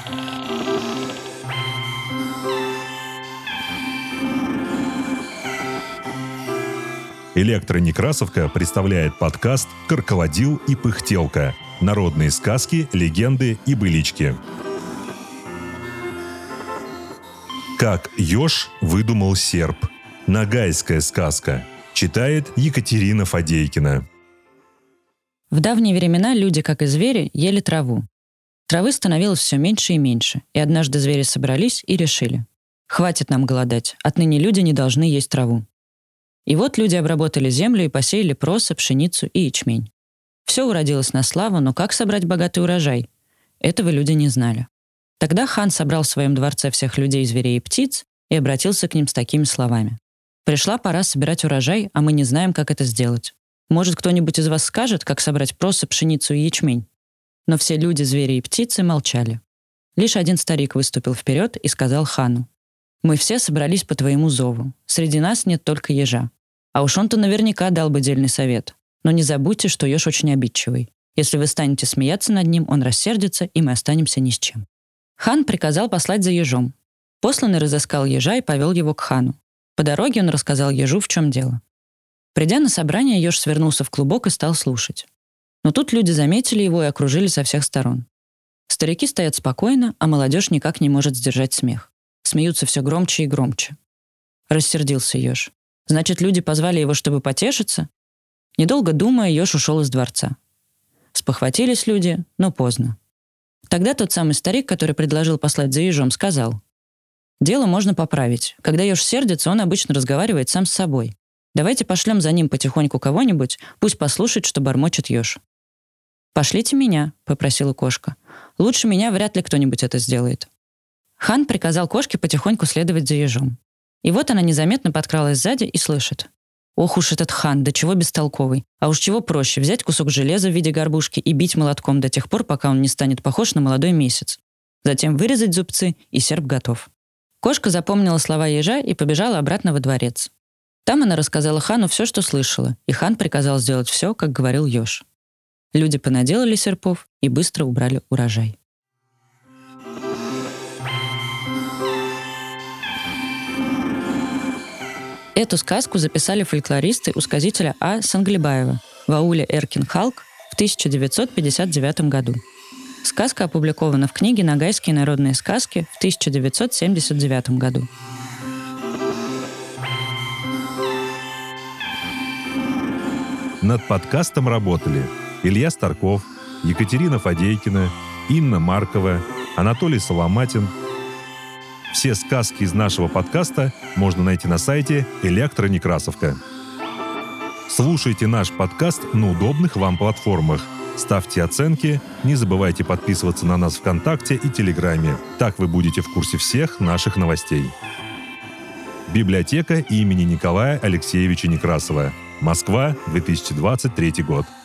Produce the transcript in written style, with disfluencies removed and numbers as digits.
Электронекрасовка представляет подкаст «Крокодил и пыхтелка. Народные сказки, легенды и былички». Как еж выдумал серп. Ногайская сказка. Читает Екатерина Фадейкина. В давние времена люди, как и звери, ели траву. Травы становилось все меньше и меньше, и однажды звери собрались и решили: хватит нам голодать, отныне люди не должны есть траву. И вот люди обработали землю и посеяли проса, пшеницу и ячмень. Все уродилось на славу, но как собрать богатый урожай? Этого люди не знали. Тогда хан собрал в своем дворце всех людей, зверей и птиц и обратился к ним с такими словами: «Пришла пора собирать урожай, а мы не знаем, как это сделать. Может, кто-нибудь из вас скажет, как собрать проса, пшеницу и ячмень?» Но все люди, звери и птицы молчали. Лишь один старик выступил вперед и сказал хану: «Мы все собрались по твоему зову. Среди нас нет только ежа. А уж он-то наверняка дал бы дельный совет. Но не забудьте, что еж очень обидчивый. Если вы станете смеяться над ним, он рассердится, и мы останемся ни с чем». Хан приказал послать за ежом. Посланный разыскал ежа и повел его к хану. По дороге он рассказал ежу, в чем дело. Придя на собрание, еж свернулся в клубок и стал слушать. Но тут люди заметили его и окружили со всех сторон. Старики стоят спокойно, а молодежь никак не может сдержать смех. Смеются все громче и громче. Рассердился еж. Значит, люди позвали его, чтобы потешиться? Недолго думая, еж ушел из дворца. Спохватились люди, но поздно. Тогда тот самый старик, который предложил послать за ежом, сказал: «Дело можно поправить. Когда еж сердится, он обычно разговаривает сам с собой. Давайте пошлем за ним потихоньку кого-нибудь, пусть послушает, что бормочет еж». «Пошлите меня», — попросила кошка. «Лучше меня вряд ли кто-нибудь это сделает». Хан приказал кошке потихоньку следовать за ежом. И вот она незаметно подкралась сзади и слышит: «Ох уж этот хан, до чего бестолковый. А уж чего проще взять кусок железа в виде горбушки и бить молотком до тех пор, пока он не станет похож на молодой месяц. Затем вырезать зубцы, и серп готов». Кошка запомнила слова ежа и побежала обратно во дворец. Там она рассказала хану все, что слышала, и хан приказал сделать все, как говорил еж. Люди понаделали серпов и быстро убрали урожай. Эту сказку записали фольклористы у сказителя А. Санглибаева в ауле Эркин-Халк в 1959 году. Сказка опубликована в книге «Ногайские народные сказки» в 1979 году. Над подкастом работали Илья Старков, Екатерина Фадейкина, Инна Маркова, Анатолий Соломатин. Все сказки из нашего подкаста можно найти на сайте «Электронекрасовка». Слушайте наш подкаст на удобных вам платформах. Ставьте оценки, не забывайте подписываться на нас ВКонтакте и Телеграме. Так вы будете в курсе всех наших новостей. Библиотека имени Николая Алексеевича Некрасова. Москва, 2023 год.